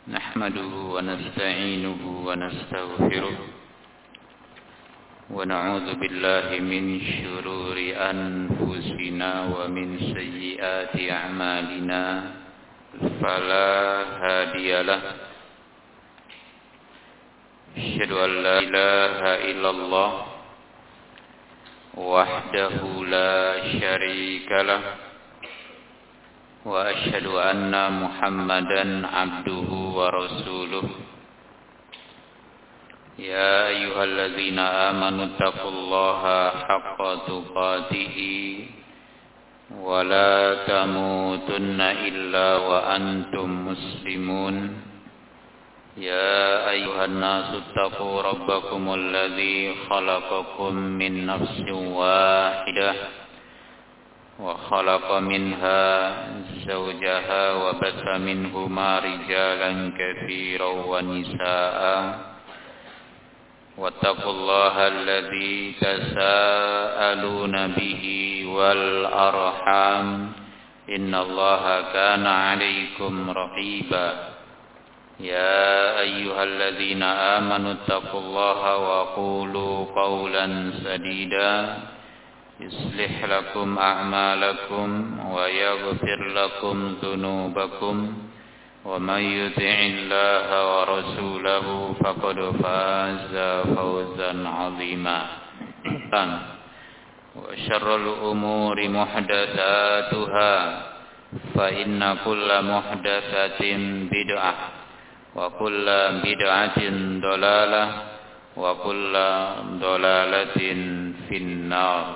نحمده ونستعينه ونستغفره ونعوذ بالله من شرور أنفسنا ومن سيئات أعمالنا فلا هادي له أشهد أن لا إله إلا الله وحده لا شريك له وأشهد أن محمدا عبده ورسوله يا أيها الذين آمنوا اتقوا الله حق تقاته ولا تموتن إلا وأنتم مسلمون يا أيها الناس اتقوا ربكم الذي خلقكم من نفس واحدة وخلق منها زوجها وبث منهما رجالا كثيرا ونساء واتقوا الله الذي تساءلون به والأرحام إن الله كان عليكم رقيبا يا أيها الذين آمنوا اتقوا الله وقولوا قولا سديدا يصلح لكم أعمالكم ويغفر لكم ذنوبكم ومن يطع الله ورسوله فقد فاز فوزا عظيما وشر الأمور محدثاتها فإن كل محدثة بدعة وكل بدعة ضلالة وكل ضلالة في النار.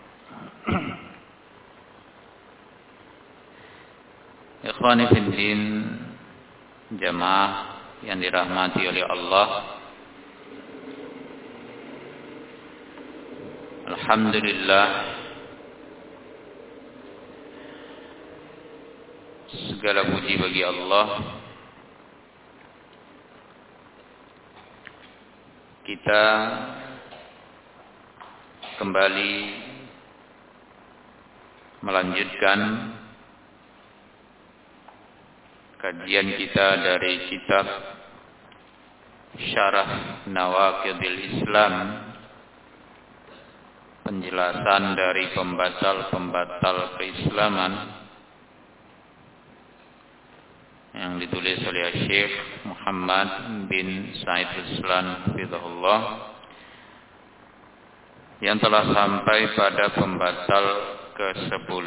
Ikhwani fiddin, jamaah yang dirahmati oleh Allah, alhamdulillah segala puji bagi Allah. Kita kembali melanjutkan kajian kita dari kitab Syarah Nawaqidil Islam, penjelasan dari pembatal-pembatal keislaman yang ditulis oleh Syekh Muhammad bin Said Ruslan hafizahullah, yang telah sampai pada pembatal ke-10.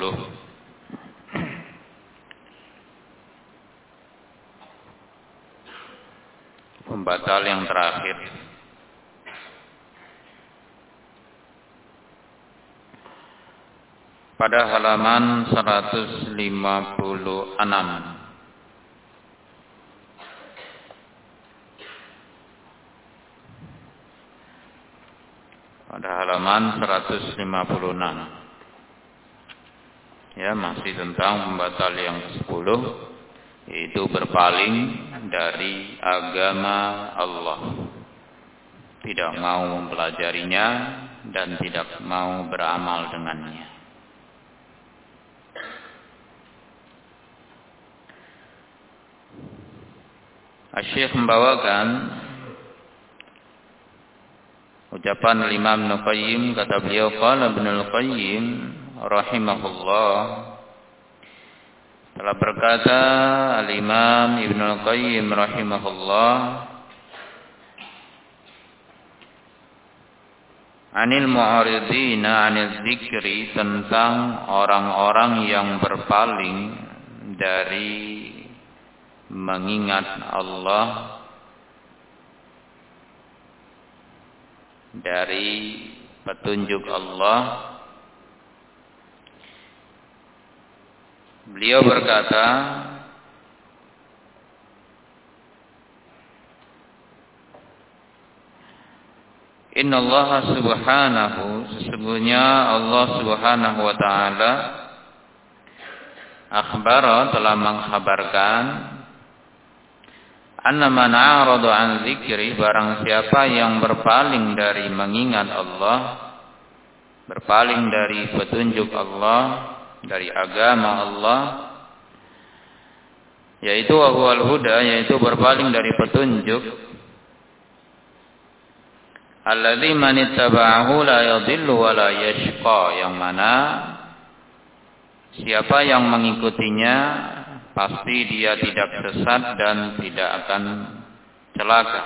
Pembatal yang terakhir. Pada halaman 156. Pada halaman 156. Ya, masih tentang pembatal yang ke-10, yaitu berpaling dari agama Allah, tidak mau mempelajarinya dan tidak mau beramal dengannya. Asy-Syaikh membawakan ucapan Imam Ibnu Qayyim, kata beliau, qala Ibnu Qayyim rahimahullah, telah berkata Al-Imam Ibnu Qayyim rahimahullah, anil mu'aridina anil dzikri, tentang orang-orang yang berpaling dari mengingat Allah, dari petunjuk Allah. Beliau berkata, Inna Allah subhanahu, sesungguhnya Allah subhanahu wa ta'ala, akhbara, telah mengkhabarkan, anna man a'rada an dzikri, barang siapa yang berpaling dari mengingat Allah, berpaling dari petunjuk Allah, dari agama Allah, yaitu wahwal huda, yaitu berpaling dari petunjuk. Alladzi man ittaba'ahu la yadhillu wa la yashqa, yang mana siapa yang mengikutinya pasti dia tidak sesat dan tidak akan celaka.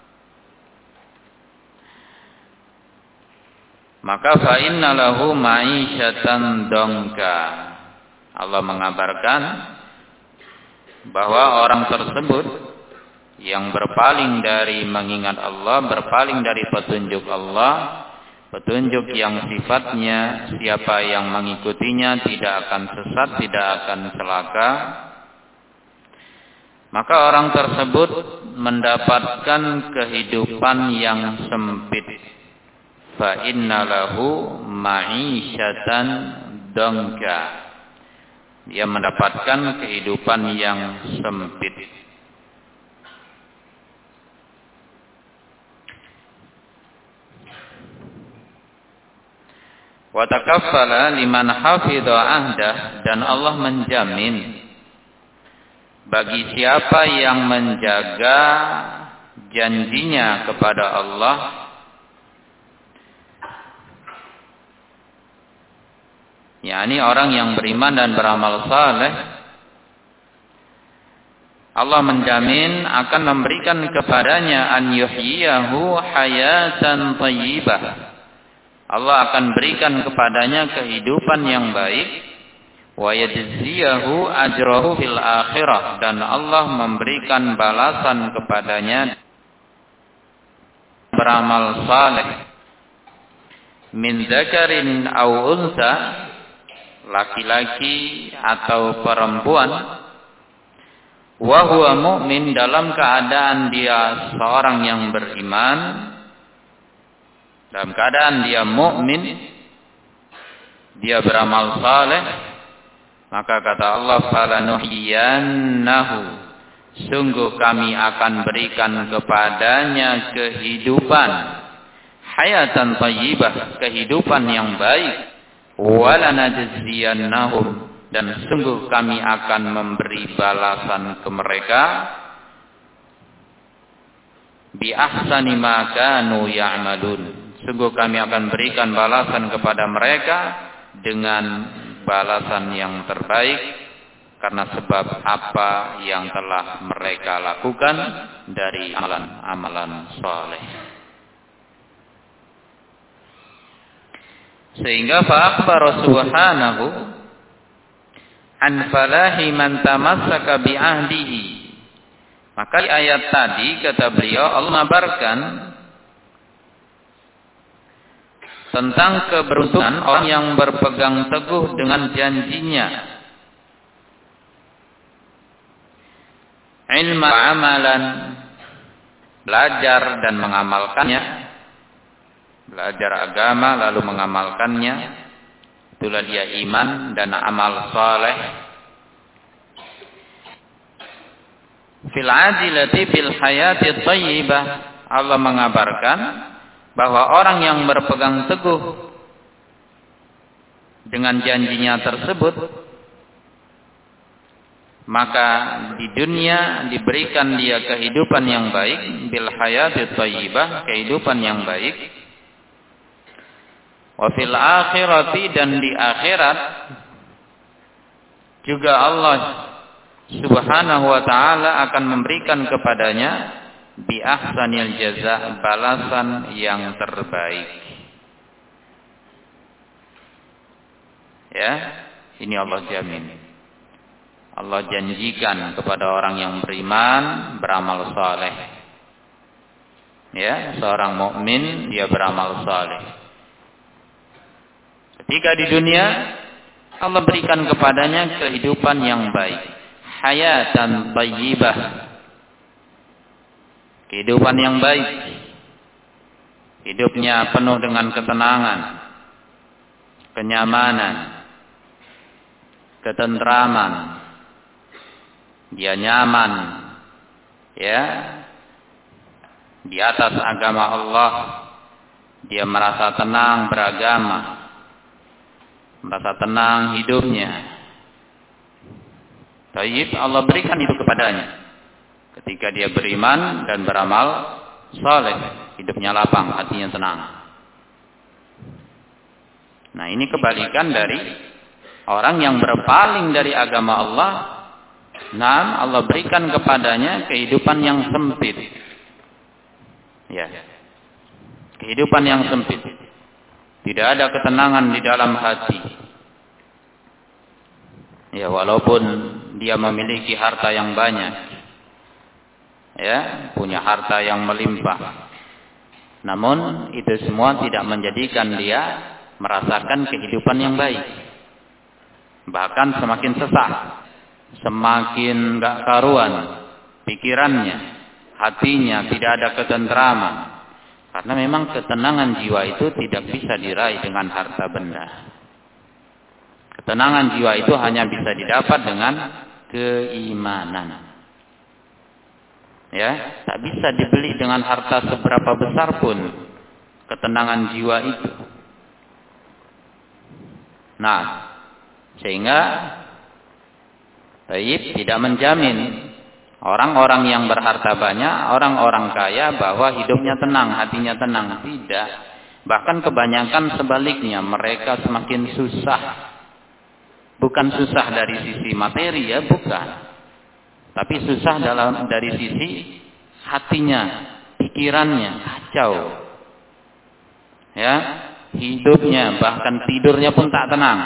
Maka fa inna lahu ma'isyatan dongka. Allah mengabarkan bahwa orang tersebut yang berpaling dari mengingat Allah, berpaling dari petunjuk Allah, petunjuk yang sifatnya siapa yang mengikutinya tidak akan sesat, tidak akan celaka, maka orang tersebut mendapatkan kehidupan yang sempit. Fa inna lahu ma'isyatan dongka. Dia mendapatkan kehidupan yang sempit. Wa takaffala liman hafidha ahdah, dan Allah menjamin bagi siapa yang menjaga janjinya kepada Allah, yakni orang yang beriman dan beramal saleh, Allah menjamin akan memberikan kepadanya an yuhyiyahu hayatan thayyibah. Allah akan berikan kepadanya kehidupan yang baik, wa yajziyahu ajrahu fil akhirah, dan Allah memberikan balasan kepadanya beramal saleh, min dzakarin aw unsa, laki-laki atau perempuan, wa huwa mu'min, dalam keadaan dia seorang yang beriman, dalam keadaan dia mukmin, dia beramal saleh, maka kata Allah, falanuhyiyannahu, sungguh kami akan berikan kepadanya kehidupan hayatan thayyibah, kehidupan yang baik, walanajziyannahum, dan sungguh kami akan memberi balasan ke mereka bi ahsani ma kanu ya'malun, sungguh kami akan berikan balasan kepada mereka dengan balasan yang terbaik karena sebab apa yang telah mereka lakukan dari amalan-amalan saleh. Sehingga fa'akhbara subhanahu an falahi man tamassaka bi ahdihi. Maka di ayat tadi kata beliau, Allah mengabarkan tentang keberuntungan orang yang berpegang teguh dengan janjinya. Ilma amalan, belajar dan mengamalkannya. Belajar agama lalu mengamalkannya, itulah dia iman dan amal saleh. Fil ajilati fil hayati thayyibah, Allah mengabarkan bahwa orang yang berpegang teguh dengan janjinya tersebut, maka di dunia diberikan dia kehidupan yang baik, bil hayati thayyibah, kehidupan yang baik. Wa fil akhirati, dan di akhirat juga Allah Subhanahu wa ta'ala akan memberikan kepadanya bi ahsanil jaza, balasan yang terbaik. Ya, ini Allah jamin. Allah janjikan kepada orang yang beriman, beramal saleh. Ya, seorang mukmin dia beramal saleh. Ketika di dunia Allah berikan kepadanya kehidupan yang baik, hayatan thayyibah, kehidupan yang baik, hidupnya penuh dengan ketenangan, kenyamanan, ketentraman, dia nyaman, ya, di atas agama Allah, dia merasa tenang beragama, merasa tenang hidupnya, Taib, Allah berikan itu kepadanya. Ketika dia beriman dan beramal saleh, hidupnya lapang, hatinya tenang. Nah, ini kebalikan dari orang yang berpaling dari agama Allah. Nah, Allah berikan kepadanya kehidupan yang sempit. Ya. Kehidupan yang sempit. Tidak ada ketenangan di dalam hati. Ya, walaupun dia memiliki harta yang banyak. Ya, punya harta yang melimpah. Namun itu semua tidak menjadikan dia merasakan kehidupan yang baik. Bahkan semakin sesak, semakin gak karuan pikirannya, hatinya tidak ada ketentraman. Karena memang ketenangan jiwa itu tidak bisa diraih dengan harta benda. Ketenangan jiwa itu hanya bisa didapat dengan keimanan. Ya, tak bisa dibeli dengan harta seberapa besar pun ketenangan jiwa itu. Nah, sehingga Taib tidak menjamin orang-orang yang berharta banyak, orang-orang kaya bahwa hidupnya tenang, hatinya tenang. Tidak. Bahkan kebanyakan sebaliknya, mereka semakin susah. Bukan susah dari sisi materi ya, bukan. Tapi susah dari sisi hatinya, pikirannya, kacau. Ya, hidupnya, bahkan tidurnya pun tak tenang.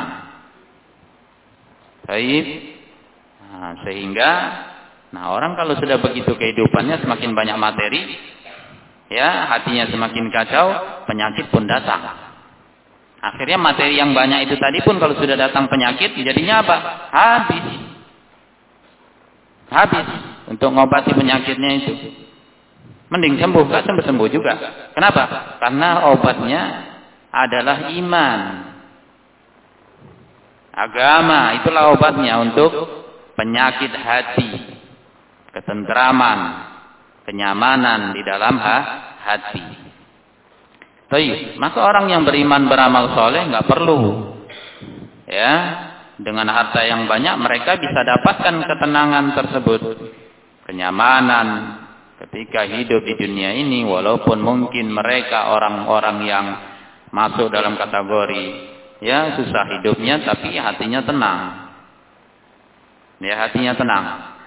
Baik. Nah, sehingga orang kalau sudah begitu kehidupannya semakin banyak materi, ya, hatinya semakin kacau, penyakit pun datang. Akhirnya materi yang banyak itu tadi pun kalau sudah datang penyakit, jadinya apa? Habis untuk mengobati penyakitnya itu. Mending sembuh, enggak sembuh juga. Kenapa? Karena obatnya adalah iman. Agama itulah obatnya untuk penyakit hati, ketentraman, kenyamanan di dalam hati. Baik, maka orang yang beriman beramal soleh nggak perlu, ya, dengan harta yang banyak mereka bisa dapatkan ketenangan tersebut, kenyamanan ketika hidup di dunia ini, walaupun mungkin mereka orang-orang yang masuk dalam kategori ya susah hidupnya, tapi hatinya tenang. Ya, hatinya tenang.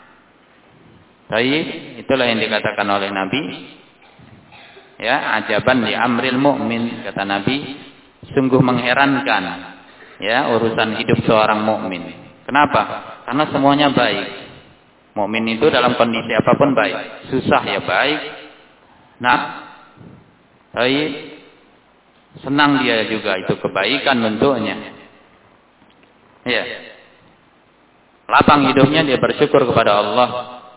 Baik, itulah yang dikatakan oleh Nabi. Ya, ajaban li amril mu'min, kata Nabi, sungguh mengherankan ya urusan hidup seorang mukmin. Kenapa? Karena semuanya baik. Mukmin itu dalam kondisi apapun baik. Susah ya baik. Nah, baik. Senang dia juga, itu kebaikan bentuknya. Ya. Lapang hidupnya dia bersyukur kepada Allah.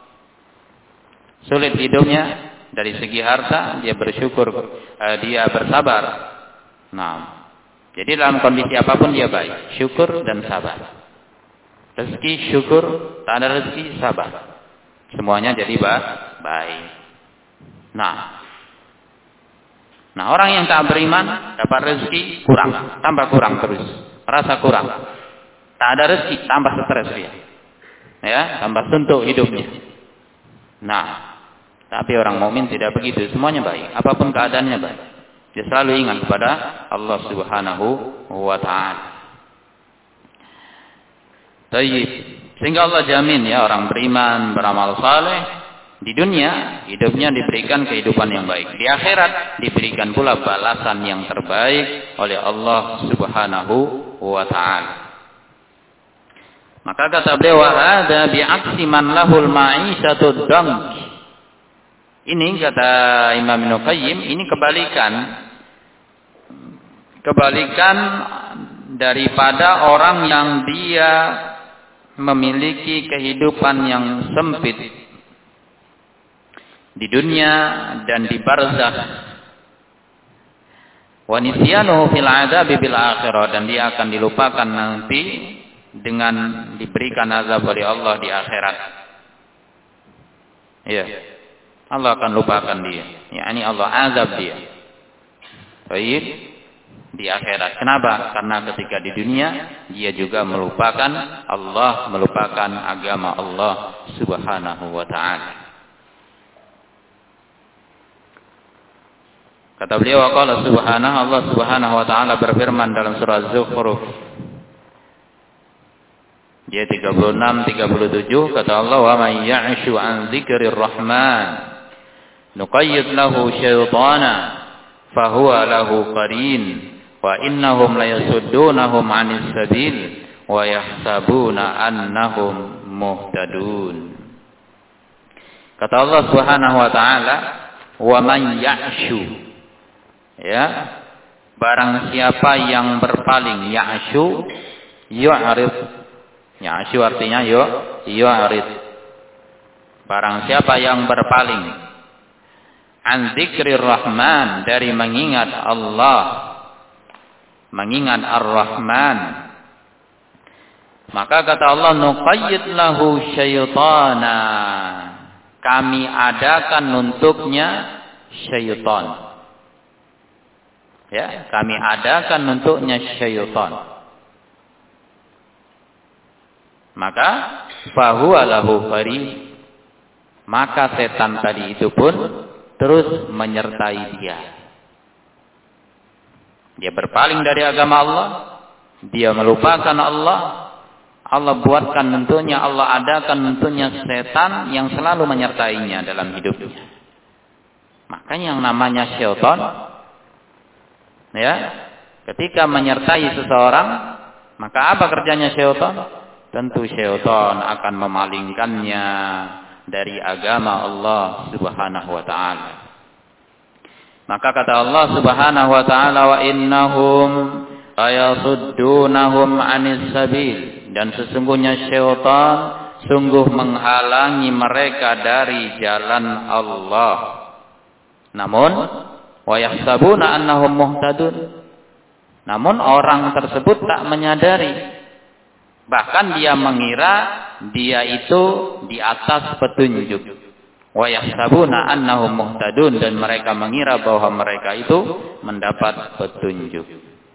Sulit hidupnya dari segi harta dia bersyukur, dia bersabar. Nah, jadi dalam kondisi apapun dia baik, syukur dan sabar. Rezeki syukur, tak ada rezeki sabar. Semuanya jadi baik. Nah, orang yang tak beriman dapat rezeki kurang, tambah kurang terus, merasa kurang. Tak ada rezeki, tambah stres dia. Ya, tambah suntuk hidupnya. Nah, tapi orang mukmin tidak begitu, semuanya baik, apapun keadaannya baik. Dia selalu ingat kepada Allah Subhanahu wa taala. Baik, sehingga Allah jamin ya orang beriman, beramal saleh di dunia hidupnya diberikan kehidupan yang baik. Di akhirat diberikan pula balasan yang terbaik oleh Allah Subhanahu wa taala. Maka kata beliau, "Hadza bi'aksi man lahul ma'isyatu dank." Ini kata Imam Ibnu Qayyim, ini kebalikan daripada orang yang dia memiliki kehidupan yang sempit di dunia dan di barzakh. Wa nisyanuhu fil 'adzabi bil akhirah, dan dia akan dilupakan nanti dengan diberikan azab oleh Allah di akhirat. Ya. Allah akan lupakan dia. yakni Allah azab dia. Baik. di akhirat. Kenapa? Karena ketika di dunia dia juga melupakan Allah, melupakan agama Allah Subhanahu wa taala. Kata beliau, waqala subhanahu, Allah Subhanahu wa taala berfirman dalam surah Az-Zukhruf ayat 36-37, kata Allah, wa man ya'shu an dzikrir rahman nuqayyid lahu syaitana fahuwa lahu qarin wa innahum la yasuddunahum 'anis sabil wa yahsabuna annahum muhtadun. Kata Allah Subhanahu wa taala, wa man ya'shu, ya, barang siapa yang berpaling, ya'shu yu'rid, ya'shu artinya yu'rid, barang siapa yang berpaling an dzikrir rahman, dari mengingat Allah, mengingat ar-Rahman, maka kata Allah, nuqayyid lahu syaitana, kami adakan untuknya syaitan. Ya, kami adakan untuknya syaitan. Maka fahuwa lahu qarin, maka setan tadi itu pun terus menyertai dia. Dia berpaling dari agama Allah, dia melupakan Allah. Allah buatkan tentunya, Allah adakan tentunya setan yang selalu menyertainya dalam hidupnya. Makanya yang namanya syaitan, ya, ketika menyertai seseorang, maka apa kerjanya syaitan? Tentu syaitan akan memalingkannya dari agama Allah Subhanahu wa taala. Maka kata Allah Subhanahu wa taala, wa innahum ayasuddunahum 'anis sabil, dan sesungguhnya syaitan sungguh menghalangi mereka dari jalan Allah. Namun wa yahsabuna annahum muhtadun, namun orang tersebut tak menyadari, bahkan dia mengira dia itu di atas petunjuk. Wa yahsabuna annahum muhtadun, dan mereka mengira bahwa mereka itu mendapat petunjuk.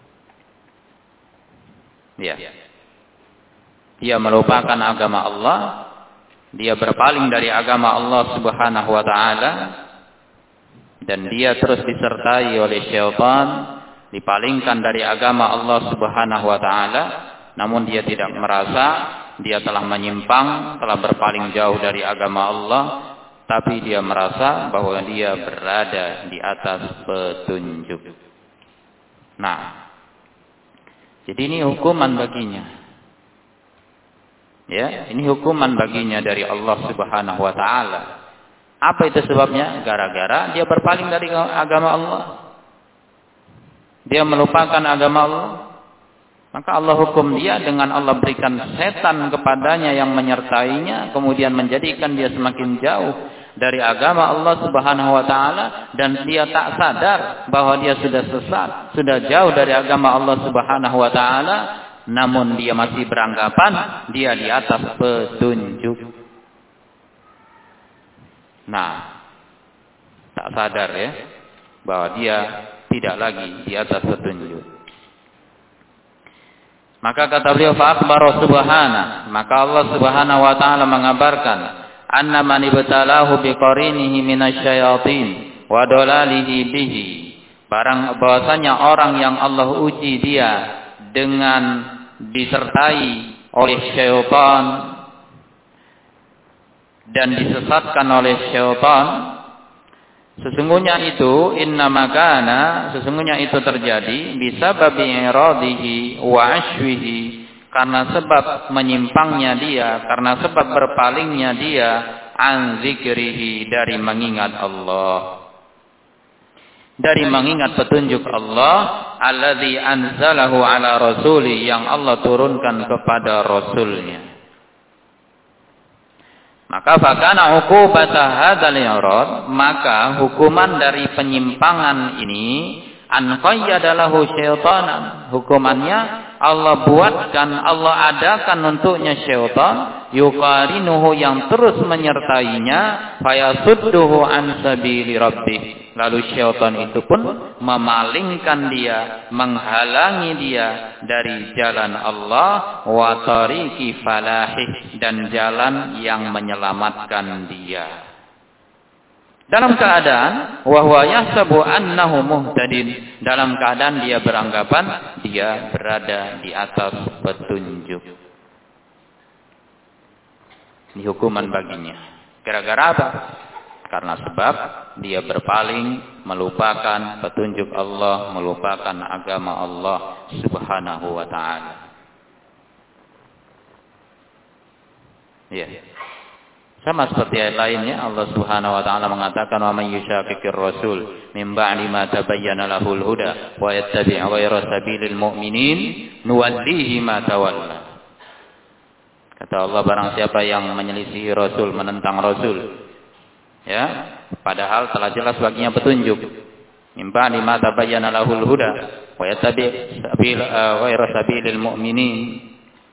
Ya. Dia melupakan agama Allah, dia berpaling dari agama Allah Subhanahu wa taala, dan dia terus disertai oleh syaitan, dipalingkan dari agama Allah Subhanahu wa taala, namun dia tidak merasa dia telah menyimpang, telah berpaling jauh dari agama Allah, tapi dia merasa bahwa dia berada di atas petunjuk. Nah, jadi ini hukuman baginya. Ya, ini hukuman baginya dari Allah Subhanahu wa taala. Apa itu sebabnya? Gara-gara dia berpaling dari agama Allah. Dia melupakan agama Allah. Maka Allah hukum dia dengan Allah berikan setan kepadanya yang menyertainya, kemudian menjadikan dia semakin jauh dari agama Allah Subhanahu wa taala, dan dia tak sadar bahwa dia sudah sesat, sudah jauh dari agama Allah Subhanahu wa taala, namun dia masih beranggapan dia di atas petunjuk. Nah, tak sadar ya bahwa dia tidak lagi di atas petunjuk. Maka kata beliau, fa akhbara subhana, maka Allah Subhanahu wa taala mengabarkan, anna man ibtalahu biqarinihi minasyayatin wa dalalihi bihi, bahwasanya orang yang Allah uji dia dengan disertai oleh syaitan dan disesatkan oleh syaitan, sesungguhnya itu sesungguhnya itu terjadi bisababi iradihi wa ashwihi, karena sebab menyimpangnya dia, karena sebab berpalingnya dia an zikrihi, dari mengingat Allah, dari mengingat petunjuk Allah, alladzi anzalahu ala rasuli, yang Allah turunkan kepada rasulnya. Maka fakana uqubata hadzal irad, maka hukuman dari penyimpangan ini, an qayyada lahu syaitanan, hukumannya Allah buatkan, Allah adakan untuknya syaitan, yuqarinuhu, yang terus menyertainya, fayasudduhu an sabili rabbih, Lalu syaitan itu pun memalingkan dia, menghalangi dia dari jalan Allah wa tariqi falahih, dan jalan yang menyelamatkan dia. Dalam keadaan wa huwa yahsabu annahu muhtadin, dalam keadaan dia beranggapan dia berada di atas petunjuk. Ini hukuman baginya. Gara-gara apa? Karena sebab dia berpaling, melupakan petunjuk Allah, melupakan agama Allah Subhanahu wa ta'ala. Ya. Sama seperti ayat lainnya, Allah Subhanahu wa ta'ala mengatakan, "Wa man yushaqiqir rasul min ba'di ma tabayyana lahul huda wa yattabi' ghayra sabilil mu'minin nuwallihi ma tawalla." Kata Allah, barang siapa yang menyelisihi rasul, menentang rasul, ya, padahal telah jelas baginya petunjuk. Min ba'di ma tabayyana lahul huda wa yattabi' ghayra sabilil mu'minin,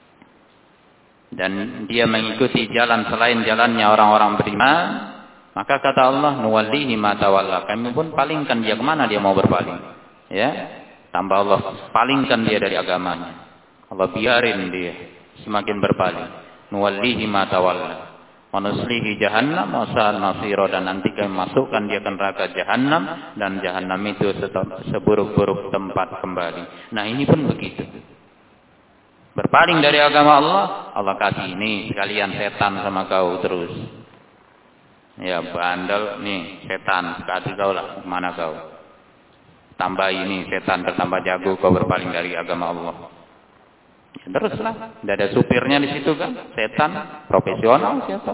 dan dia mengikuti jalan selain jalannya orang-orang beriman, maka kata Allah, nuwallihi ma tawalla, kami pun palingkan dia kemana dia mau berpaling. Ya, tambah Allah palingkan dia dari agamanya. Allah biarin dia semakin berpaling. Nuwallihi ma tawalla wa nuslihi jahannam wa sa'at masira, dan nanti kami masukkan dia ke neraka jahannam, dan jahannam itu seburuk-buruk tempat kembali. Nah, ini pun begitu. Berpaling dari agama Allah, Allah kasih ini sekalian setan sama kau terus. Ya bandel nih setan, kasih kau lah, mana kau? Tambah ini setan bertambah jago, kau berpaling dari agama Allah. Ya, teruslah, tidak ada supirnya di situ kan? Setan profesional siapa?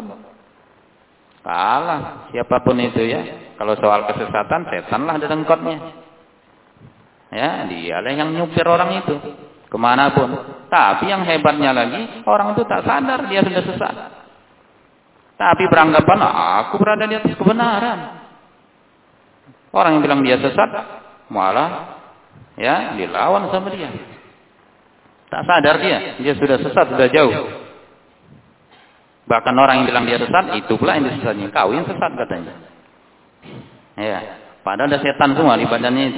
Kalah siapapun itu ya. Kalau soal kesesatan, setanlah ada dengkotnya. Ya, dialah yang nyupir orang itu kemanapun. Tapi yang hebatnya lagi, orang itu tak sadar dia sudah sesat. Tapi beranggapan, aku berada di atas kebenaran. Orang yang bilang dia sesat, malah ya dilawan sama dia. Tak sadar dia sudah sesat, sudah jauh. Bahkan orang yang bilang dia sesat, itu pula yang disesatnya. Kau yang sesat katanya. Ya, padahal ada setan semua di badannya itu.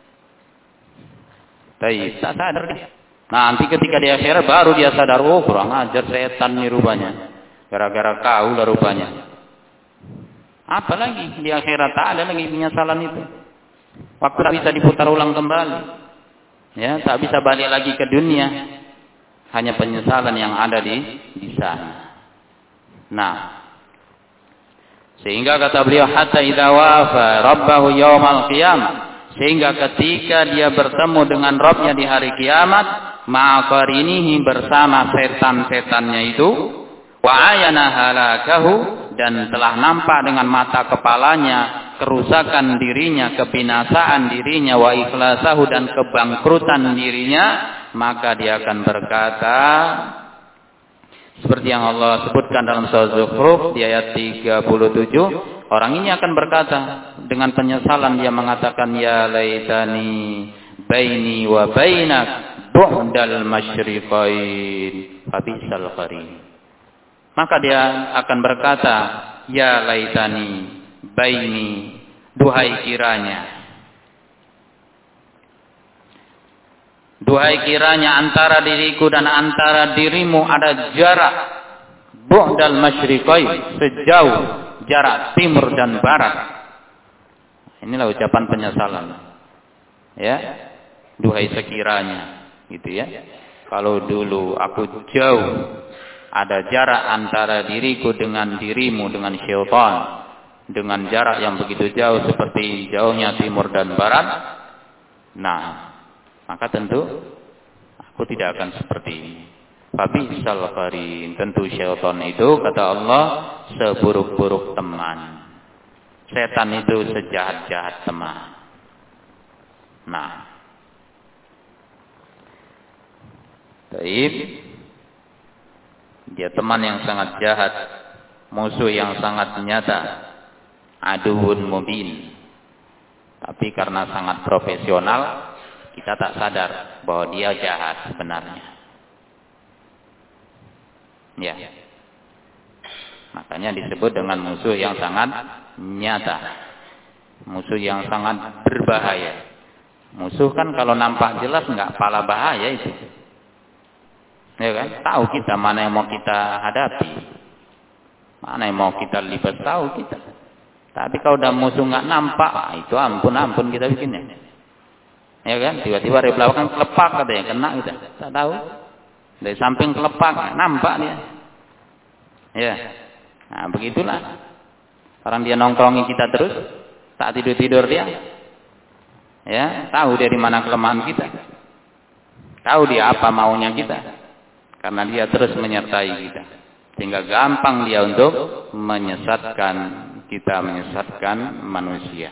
Tapi tak sadar dia. Nanti ketika di akhirat baru dia sadar, oh kurang ajar setan nih rupanya. Gara-gara kau lah rupanya. Apalagi di akhirat tak ada lagi penyesalan itu. Waktu tak bisa diputar ulang kembali. Ya, tak bisa balik lagi ke dunia. Hanya penyesalan yang ada di sana. Nah, sehingga kata beliau, hatta idza wafa rabbahu yaumal qiyamah, sehingga ketika dia bertemu dengan Rabbnya di hari kiamat, ma'aqarinihi, bersama setan-setannya itu, wa ayana halakahu, dan telah nampak dengan mata kepalanya kerusakan dirinya, kebinasaan dirinya, wa ikhlasahu, dan kebangkrutan dirinya, maka dia akan berkata seperti yang Allah sebutkan dalam surah Zukhruf di ayat 37, orang ini akan berkata dengan penyesalan, dia mengatakan, ya laitani baini wa bainak bu'dal masyriqain fabisal qarin. Maka dia akan berkata, ya laitani baini, duhai kiranya antara diriku dan antara dirimu ada jarak bu'dal masyriqain, sejauh jarak timur dan barat. Inilah ucapan penyesalan. Ya, duhai sekiranya, gitu ya. Kalau dulu aku jauh, ada jarak antara diriku dengan dirimu, dengan syaitan, dengan jarak yang begitu jauh seperti jauhnya timur dan barat, nah, maka tentu aku tidak akan seperti ini. Fabisal qarin, tentu syaitan itu, kata Allah, seburuk-buruk teman. Setan itu sejahat-jahat teman. Nah, baik, dia teman yang sangat jahat, musuh yang sangat nyata, aduun mubin. Tapi karena sangat profesional, kita tak sadar bahwa dia jahat sebenarnya. Ya, makanya disebut dengan musuh yang sangat nyata, Musuh yang sangat berbahaya. Musuh kan kalau nampak jelas nggak pala bahaya itu. Ya kan? Tahu kita mana yang mau kita hadapi. Mana yang mau kita libat, tahu kita. Tapi kalau udah musuh nggak nampak, itu ampun kita bikinnya. Ya kan? Tiba-tiba dari belakang kelepak katanya, kena kita. Tak tahu. Dari samping kelepak, nampak dia. Ya. Nah, begitulah. Orang dia nongkrongin kita terus, tak tidur-tidur dia. Ya, tahu dari mana kelemahan kita. Tahu dia apa maunya kita. Karena dia terus menyertai kita. Sehingga gampang dia untuk menyesatkan kita, menyesatkan manusia.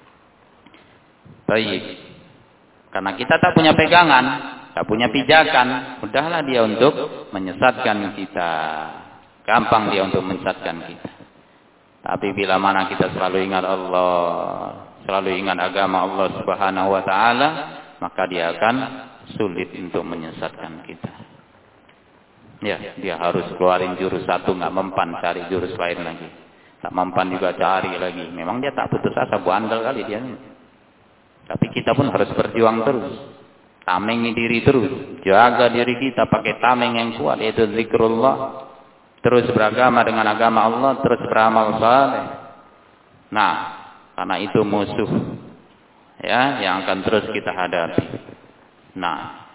Baik. Karena kita tak punya pegangan, tak punya pijakan, udahlah dia untuk menyesatkan kita. Gampang dia untuk menyesatkan kita. Tapi bila mana kita selalu ingat Allah, selalu ingat agama Allah Subhanahu wa taala, maka dia akan sulit untuk menyesatkan kita. Ya, dia harus keluarin jurus satu, nggak mempan, cari jurus lain lagi. Tak mempan juga cari lagi. Memang dia tak putus asa, bandel kali dia. Tapi kita pun harus berjuang terus. Tamengi diri terus. Jaga diri kita pakai tameng yang kuat, yaitu zikrullah. Terus beragama dengan agama Allah, terus beramal saleh. Nah, karena itu musuh ya yang akan terus kita hadapi. Nah,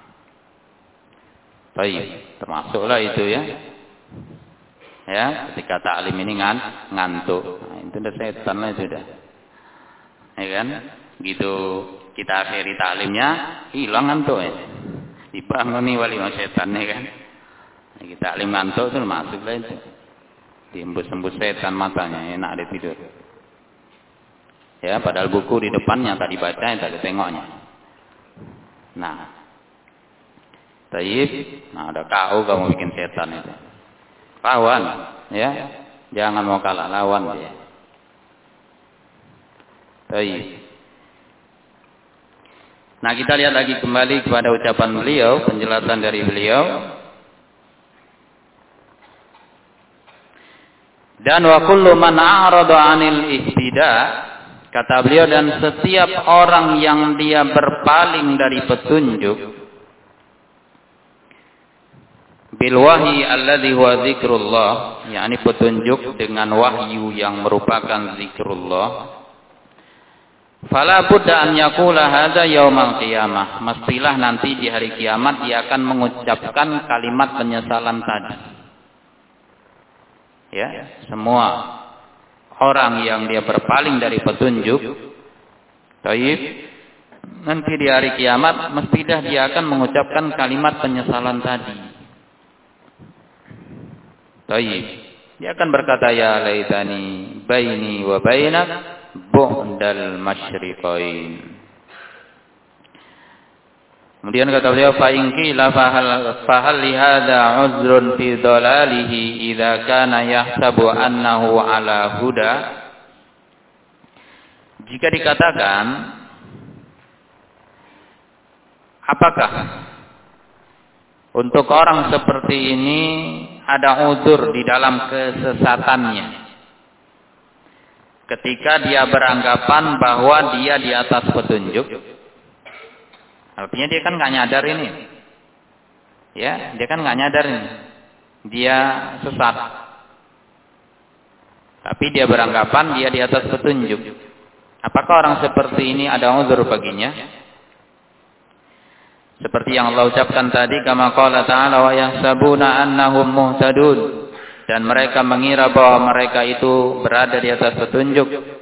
baik, termasuklah itu ya. Ya, ketika taklim ini ngantuk. Nah, itu udah setan lah sudah. Ya kan? Gitu kita akhiri taklimnya, hilang ngantuk ya. Dibanguni wali setan ya kan. Kita taklim ngantuk itu masuk lah itu. Diembus-embus setan matanya, enak dia tidur. Ya, padahal buku di depannya tak dibaca, tak ditengoknya. Nah, taib, nah ada kau kamu bikin setan itu. Lawan, ya, jangan mau kalah, lawan dia. Taib. Nah, kita lihat lagi kembali kepada ucapan beliau, penjelasan dari beliau. Dan wa kullu man a'rada 'anil ihtida, kata beliau, dan setiap orang yang dia berpaling dari petunjuk, bil wahyi alladhi huwa zikrullah, yakni petunjuk dengan wahyu yang merupakan zikrullah, fala budda an yaqula hadza yaumal qiyamah, mestilah nanti di hari kiamat dia akan mengucapkan kalimat penyesalan tadi. Ya, semua orang yang dia berpaling dari petunjuk, taib, nanti di hari kiamat mestilah dia akan mengucapkan kalimat penyesalan tadi. Taib, dia akan berkata, ya laitani baini wa bainak bu'dal masyriqain. Kemudian kata beliau, fa in qila fahal li hadza 'udhrun fi dhalalihi idza kana yahsabu annahu ala huda. Jika dikatakan, apakah untuk orang seperti ini ada uzur di dalam kesesatannya ketika dia beranggapan bahwa dia di atas petunjuk? Artinya dia kan nggak nyadar ini, ya, dia kan nggak nyadar ini, dia sesat, tapi dia beranggapan dia di atas petunjuk. Apakah orang seperti ini ada uzur baginya? Seperti yang Allah ucapkan tadi, kama qala ta'ala wa yahsabuna annahum muhtadun, dan mereka mengira bahwa mereka itu berada di atas petunjuk.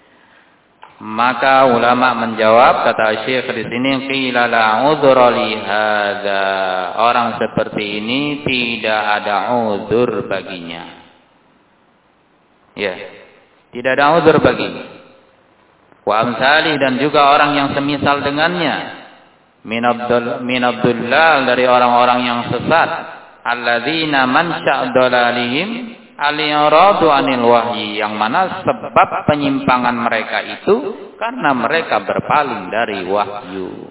Maka ulama menjawab, kata Syekh di sini, qila la uzra li hadza, orang seperti ini tidak ada uzur baginya. Ya, tidak ada uzur baginya. Wa amsalih, dan juga orang yang semisal dengannya, min abdullah, dari orang-orang yang sesat, alladzina mansha' dalalihim al-i'radu 'anil wahyi, yang mana sebab penyimpangan mereka itu karena mereka berpaling dari wahyu.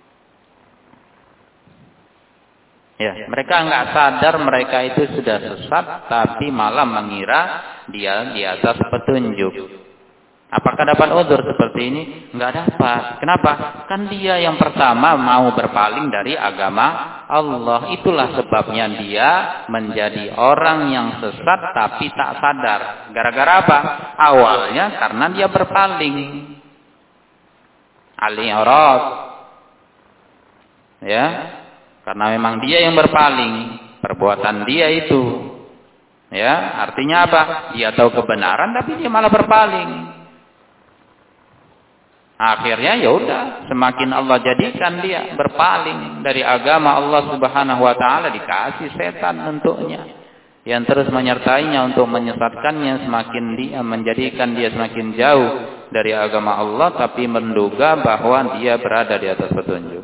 Ya, mereka enggak sadar mereka itu sudah sesat, tapi malah mengira dia di atas petunjuk. Apakah dapat uzur seperti ini? Enggak dapat. Kenapa? Kan dia yang pertama mau berpaling dari agama Allah. Itulah sebabnya dia menjadi orang yang sesat tapi tak sadar. Gara-gara apa? Awalnya karena dia berpaling. Al-i'rad. Ya. Karena memang dia yang berpaling. Perbuatan dia itu. Ya, artinya apa? Dia tahu kebenaran tapi dia malah berpaling. Akhirnya ya udah, semakin Allah jadikan dia berpaling dari agama Allah Subhanahu wa taala, dikasih setan untuknya yang terus menyertainya untuk menyesatkannya, semakin dia menjadikan dia semakin jauh dari agama Allah tapi menduga bahwa dia berada di atas petunjuk.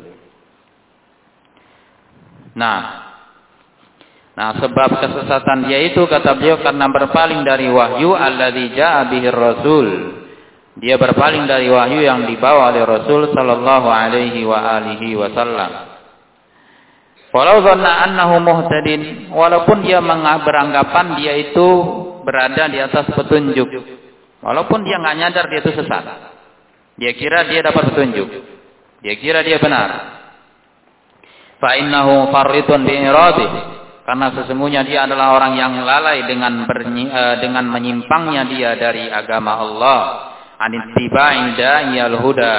Nah, sebab kesesatan dia itu kata beliau karena berpaling dari wahyu alladzi jaa bihir rasul. Dia berpaling dari wahyu yang dibawa oleh Rasul sallallahu alaihi wa alihi wasallam. Walau dhanna annahu muhtadin, walaupun dia beranggapan dia itu berada di atas petunjuk. Walaupun dia enggak nyadar dia itu sesat. Dia kira dia dapat petunjuk. Dia kira dia benar. Fa innahu farritun bi iradih. Karena sesungguhnya dia adalah orang yang lalai dengan menyimpangnya dia dari agama Allah. Anittiba'i da'iyal huda,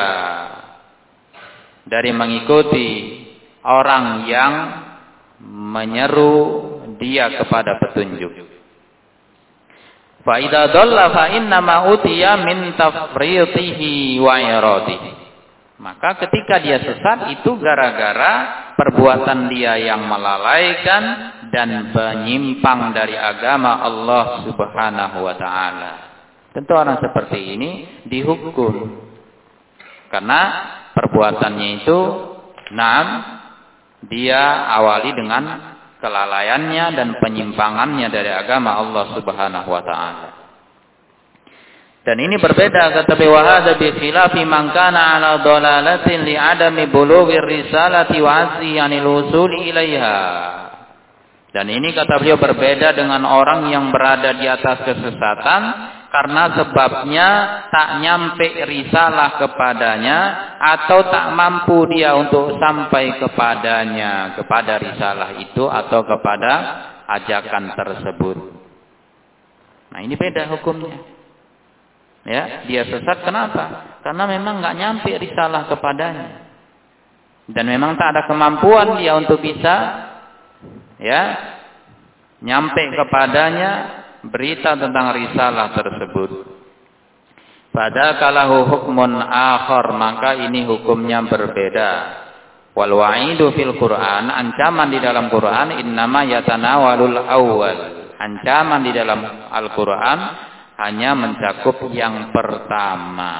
dari mengikuti orang yang menyeru dia kepada petunjuk. Fa idza dhalla fa inna ma utiya min tafritihi wa iradihi. Maka ketika dia sesat itu gara-gara perbuatan dia yang melalaikan dan menyimpang dari agama Allah Subhanahu wa taala. Tentu orang seperti ini dihukum karena perbuatannya itu dia awali dengan kelalaiannya dan penyimpangannya dari agama Allah Subhanahu wa taala. Dan ini berbeda kata wa hadza bi khilafi man kana ala dhalalatin li adami bulughir risalati wa azzi anil usul ilaiha. Dan ini kata beliau berbeda dengan orang yang berada di atas kesesatan karena sebabnya tak nyampe risalah kepadanya atau tak mampu dia untuk sampai kepadanya, kepada risalah itu atau kepada ajakan tersebut. Nah, ini beda hukumnya. Ya, dia sesat kenapa? Karena memang enggak nyampe risalah kepadanya. Dan memang tak ada kemampuan dia untuk bisa nyampe kepadanya berita tentang risalah tersebut. Pada kalahu hukmun akhar, maka ini hukumnya berbeda. Wal wa'idu fil Qur'an, ancaman di dalam Quran innama yatanawalul awwal. Ancaman di dalam Al-Qur'an hanya mencakup yang pertama.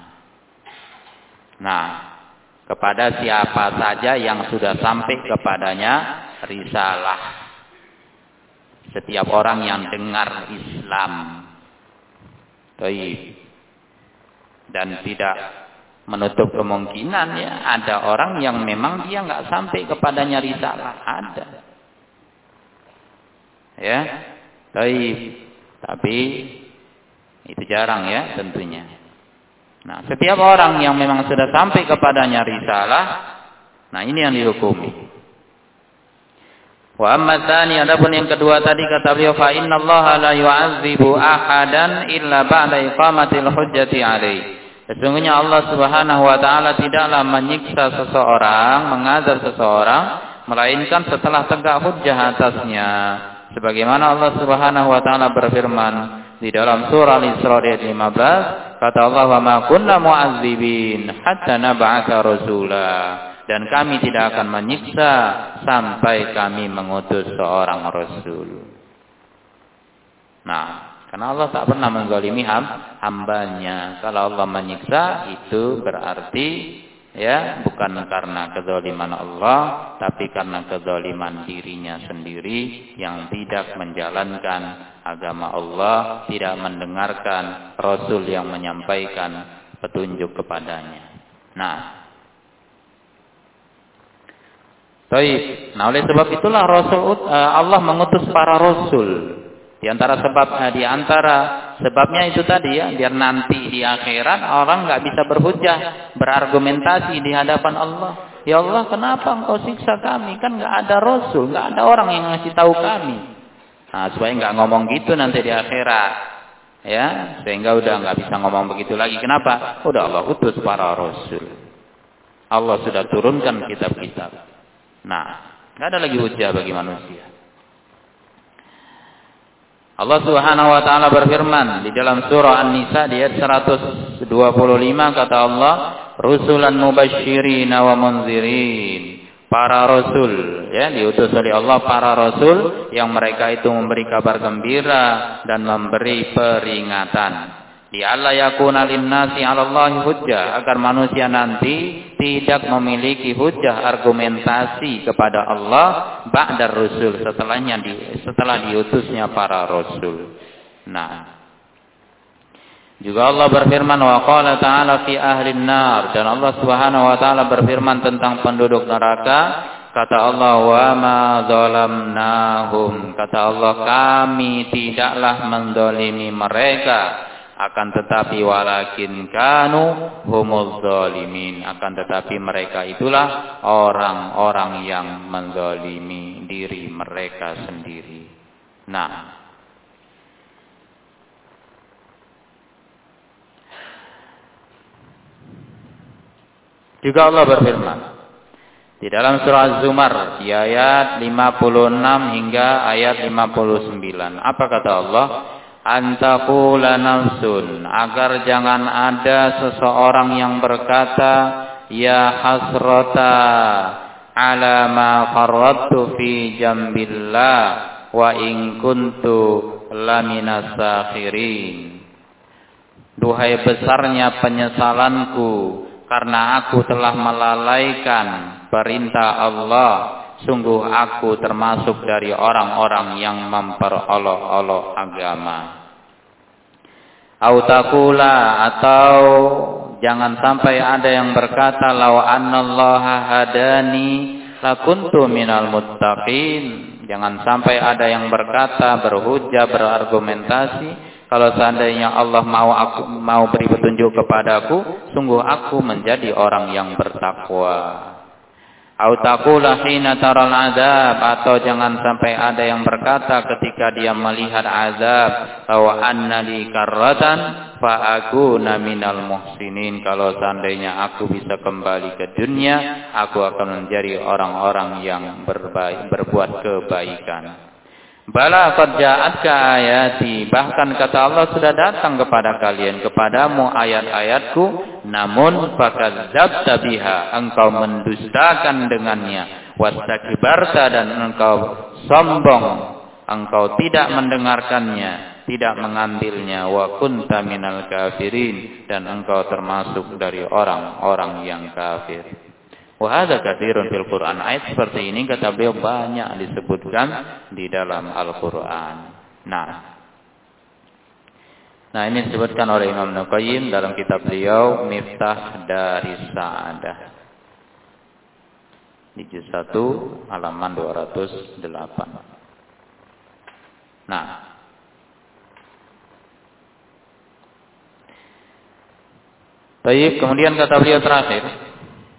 Nah, kepada siapa saja yang sudah sampai kepadanya risalah. Setiap orang yang dengar Islam. Dan tidak menutup kemungkinan ada orang yang memang dia enggak sampai kepadanya risalah, ada. Ya. Tapi itu jarang tentunya. Nah, setiap orang yang memang sudah sampai kepadanya risalah, nah ini yang dihukumi. Wa amma tsani, adapun yang kedua tadi kata beliau fa innallaha la yu'adzibu ahadan illa ba'da iqamatil hujjati alaihi. Sesungguhnya Allah Subhanahu wa taala tidaklah menyiksa seseorang, mengazab seseorang melainkan setelah tegak hujjah atasnya. Sebagaimana Allah Subhanahu wa taala berfirman di dalam surah Al-Isra ayat 15, kata Allah, "Wa ma kunna mu'adzibin hatta nab'atsa rasula." Dan kami tidak akan menyiksa sampai kami mengutus seorang rasul. Nah, karena Allah tak pernah menzalimi hambanya. Kalau Allah menyiksa itu berarti bukan karena kezaliman Allah, tapi karena kezaliman dirinya sendiri yang tidak menjalankan agama Allah, tidak mendengarkan rasul yang menyampaikan petunjuk kepadanya. Nah, oleh sebab itulah Allah mengutus para rasul. Di antara sebabnya itu tadi ya, biar nanti di akhirat orang nggak bisa berhujjah, berargumentasi di hadapan Allah. Ya Allah, kenapa engkau siksa kami? Kan nggak ada rasul, nggak ada orang yang ngasih tahu kami. Nah, supaya nggak ngomong gitu nanti di akhirat, ya, sehingga udah nggak bisa ngomong begitu lagi. Kenapa? Udah Allah utus para rasul. Allah sudah turunkan kitab-kitab. Nah, nggak ada lagi hujjah bagi manusia. Allah Subhanahu wa taala berfirman di dalam surah An-Nisa di ayat 125, kata Allah, rusulan mubasysyirin wa munzirin. Para rasul, ya, diutus oleh Allah para rasul yang mereka itu memberi kabar gembira dan memberi peringatan. Di alla yakuna linnasi 'alallahi hujjah, agar manusia nanti tidak memiliki hujjah argumentasi kepada Allah ba'dar rusul, setelah diutusnya para rasul. Nah, juga Allah berfirman wa qala ta'ala fi ahlin nar, dan Allah Subhanahu wa taala berfirman tentang penduduk neraka, kata Allah wa ma zalamnahum, kata Allah kami tidaklah mendolimi mereka, akan tetapi walakin kanu humuz zalimin, akan tetapi mereka itulah orang-orang yang menzalimi diri mereka sendiri. Nah, juga Allah berfirman di dalam surah Az-Zumar di ayat 56 hingga ayat 59. Apa kata Allah? Antaqula nafsun, agar jangan ada seseorang yang berkata, ya hasrata ala ma farrattu fi jambillah wa in kuntu laminas sakhirin. Duhai besarnya penyesalanku karena aku telah melalaikan perintah Allah, sungguh aku termasuk dari orang-orang yang memperolok-olok agama. Autakula, atau jangan sampai ada yang berkata, law annallaha hadani lakuntu minal muttaqin. Jangan sampai ada yang berkata, berhujjah, berargumentasi, kalau seandainya Allah mau beri petunjuk kepadaku, sungguh aku menjadi orang yang bertakwa. Au taqula hina taral azab, atau jangan sampai ada yang berkata ketika dia melihat azab, wa anna li karratan fa akuna minal muhsinin, kalau seandainya aku bisa kembali ke dunia, aku akan menjadi orang-orang yang berbuat kebaikan. Bala qad ja'atka ayati, bahkan kata Allah sudah datang kepada kalian, kepadamu ayat-ayatku, namun fakadzabta biha, engkau mendustakan dengannya, wastakbarta, dan engkau sombong, engkau tidak mendengarkannya, tidak mengambilnya, wa kunta minal kafirin, dan engkau termasuk dari orang-orang yang kafir. Wahada katsirun fil Quran, ayat seperti ini kata beliau banyak disebutkan di dalam Al-Quran. Nah, ini disebutkan oleh Imam Nuqayyim dalam kitab beliau Miftah Daris Sa'adah di juz 1 halaman 208. Nah, baik, kemudian kata beliau terakhir,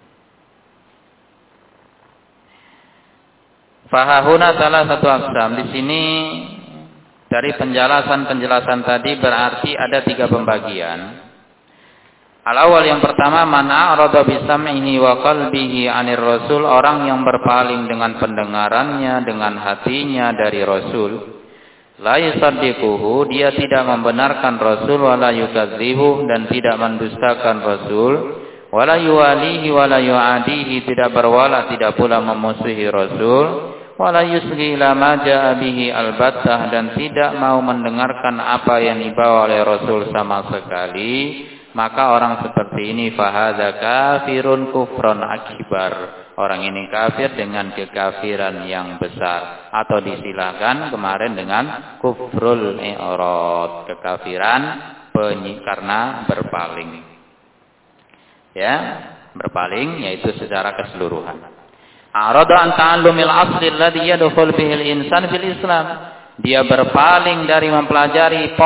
fahahuna salah satu aqsam. Di sini dari penjelasan tadi berarti ada 3 pembagian. Al-awwal, yang pertama, man a'rada bi sam'ihi wa qalbihi 'anir rasul, orang yang berpaling dengan pendengarannya, dengan hatinya dari Rasul. La yusaddiquhu, dia tidak membenarkan Rasul, wala yukadzibu, dan tidak mendustakan Rasul, wala yuwalihi wala yu'adihi, tidak berwala tidak pula memusuhi Rasul, wala yusghi ila ma jaa bihi albattah, dan tidak mau mendengarkan apa yang dibawa oleh Rasul sama sekali, maka orang seperti ini fahadza kafirun kufron akbar, orang ini kafir dengan kekafiran yang besar, atau disilahkan kemarin dengan kufrul i'rad, kekafiran karena berpaling. Ya, berpaling yaitu secara keseluruhan. Arada an ta'allumil asli alladhi yadkhul bihi al-insan fil Islam. dia berpaling dari mempelajari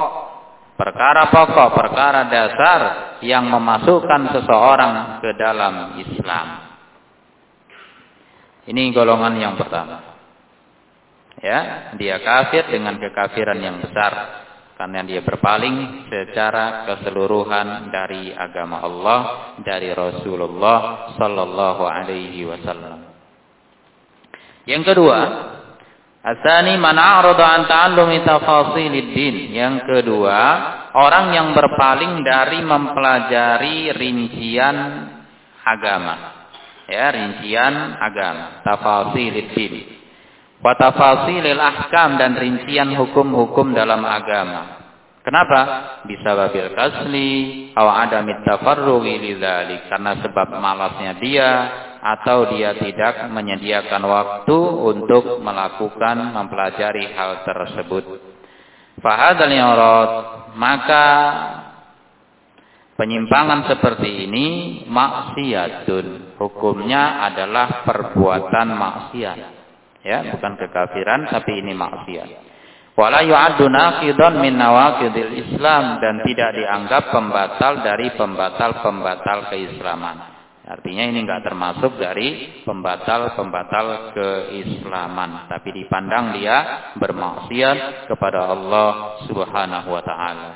perkara dasar yang memasukkan seseorang ke dalam Islam. Ini golongan yang pertama. Ya, dia kafir dengan kekafiran yang besar karena dia berpaling secara keseluruhan dari agama Allah, dari Rasulullah sallallahu alaihi wasallam. Yang kedua, asani man a'rada an ta'allumi tafasilid din. Yang kedua, orang yang berpaling dari mempelajari rincian agama. Ya, rincian agama, tafasilid din. Wa tafasilil ahkam, dan rincian hukum-hukum dalam agama. Kenapa? Bisababil kasli aw adamit tafarrughi lidzalik, karena sebab malasnya dia atau dia tidak menyediakan waktu untuk mempelajari hal tersebut. Fahadzal i'rad, maka penyimpangan seperti ini maksiatun, hukumnya adalah perbuatan maksiat. Ya, bukan kekafiran, tapi ini maksiat. Wala yu'addu naqidan min nawaqidil Islam, dan tidak dianggap pembatal dari pembatal-pembatal keislaman. Artinya ini enggak termasuk dari pembatal-pembatal keislaman, tapi dipandang dia bermaksiat kepada Allah Subhanahu wa taala.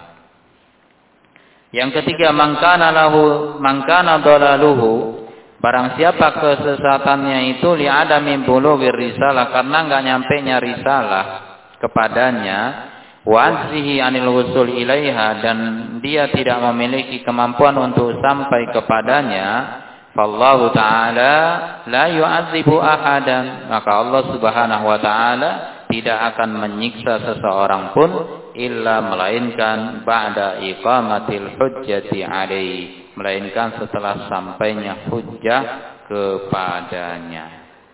Yang ketiga, man kana dhalaluhu, barang siapa kesesatannya itu li'adami bulughir risalah, karena enggak nyampenya risalah kepadanya, wa'zihi anil wusul ilaiha, dan dia tidak memiliki kemampuan untuk sampai kepadanya, fallahu ta'ala la yu'adzibu ahadan, maka Allah Subhanahu wa ta'ala tidak akan menyiksa seseorang pun illa melainkan ba'da iqamatil hujjati alaihi, melainkan setelah sampainya hujjah kepadanya.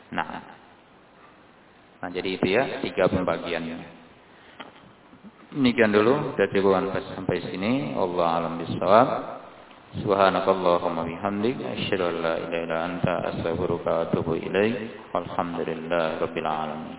Nah, jadi itu ya 3 pembagiannya. Demikian dulu, sudah cukup sampai sini. Allah alam bisawab. Subhanakallahumma bihamdik, asyhadu an la ilaha illa anta, astaghfiruka wa atubu ilaik. Walhamdulillahirabbil alamin.